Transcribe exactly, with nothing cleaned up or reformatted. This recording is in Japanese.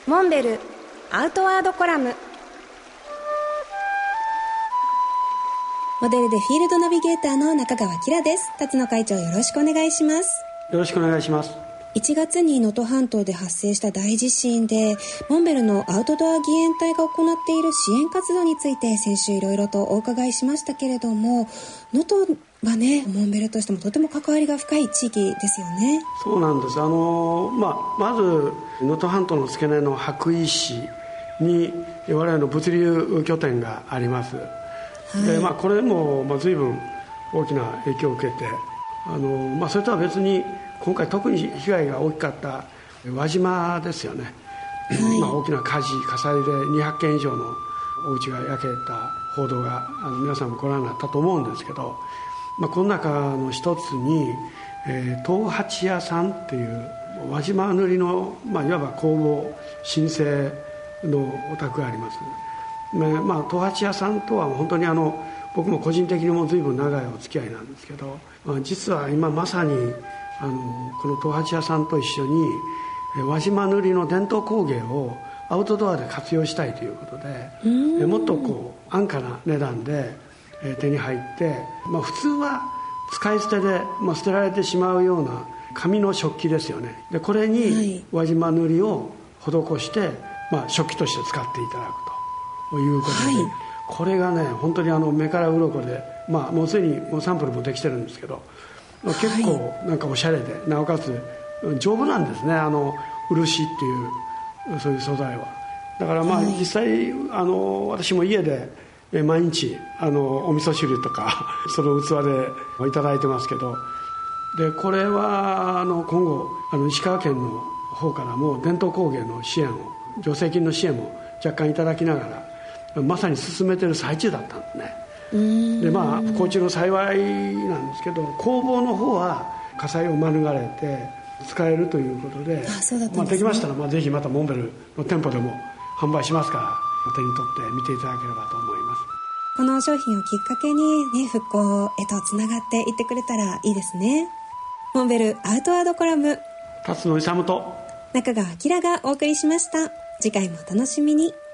モンベルアウトワードコラム。 モデルでフィールドナビゲーターの中川きらです。辰野会長、よろしくお願いします。 よろしくお願いします。 いちがつに能登半島で発生した大地震で、モンベルのアウトドア義援隊が行っている支援活動について先週いろいろとお伺いしましたけれども、能登はね、モンベルとしてもとても関わりが深い地域ですよね。 そうなんです。あの、まあ、まず能登半島の付け根の羽咋市に我々の物流拠点があります。はい、でまあ、これも、まあ、随分大きな影響を受けて、あの、まあ、それとは別に今回特に被害が大きかった輪島ですよね。はい、まあ、大きな火事火災でにひゃっけん以上のお家が焼けた報道があの皆さんもご覧になったと思うんですけど、まあ、この中の一つに、えー、東八屋さんっていう輪島塗の、まあ、いわば工房新生のお宅があります。まあ、東八屋さんとは本当にあの僕も個人的にも随分長いお付き合いなんですけど、まあ、実は今まさにあのこの東八屋さんと一緒に輪島塗の伝統工芸をアウトドアで活用したいということで、もっとこう安価な値段で手に入って、まあ、普通は使い捨てで、まあ、捨てられてしまうような紙の食器ですよね。でこれに輪島塗を施して、まあ、食器として使っていただくということで、はい、これがね本当にあの目から鱗で、まあ、もうすでにもうサンプルもできてるんですけど、結構なんかおしゃれで、なおかつ丈夫なんですね、あの漆っていうそういう素材は。だからまあ実際あの私も家で毎日あのお味噌汁とかその器でいただいてますけど、でこれはあの今後あの石川県の方からも伝統工芸の支援を、助成金の支援も若干いただきながらまさに進めてる最中だったんですね。でまあ不幸中の幸いなんですけど、工房の方は火災を免れて使えるということで、 あ、そうだったんですね。 まあ、できましたら、まあ、ぜひまたモンベルの店舗でも販売しますから、手に取って見ていただければと思います。 この商品をきっかけに、ね、復興へとつながっていってくれたらいいですね。モンベルアウトワードコラム、 辰野勇と中川明がお送りしました。次回もお楽しみに。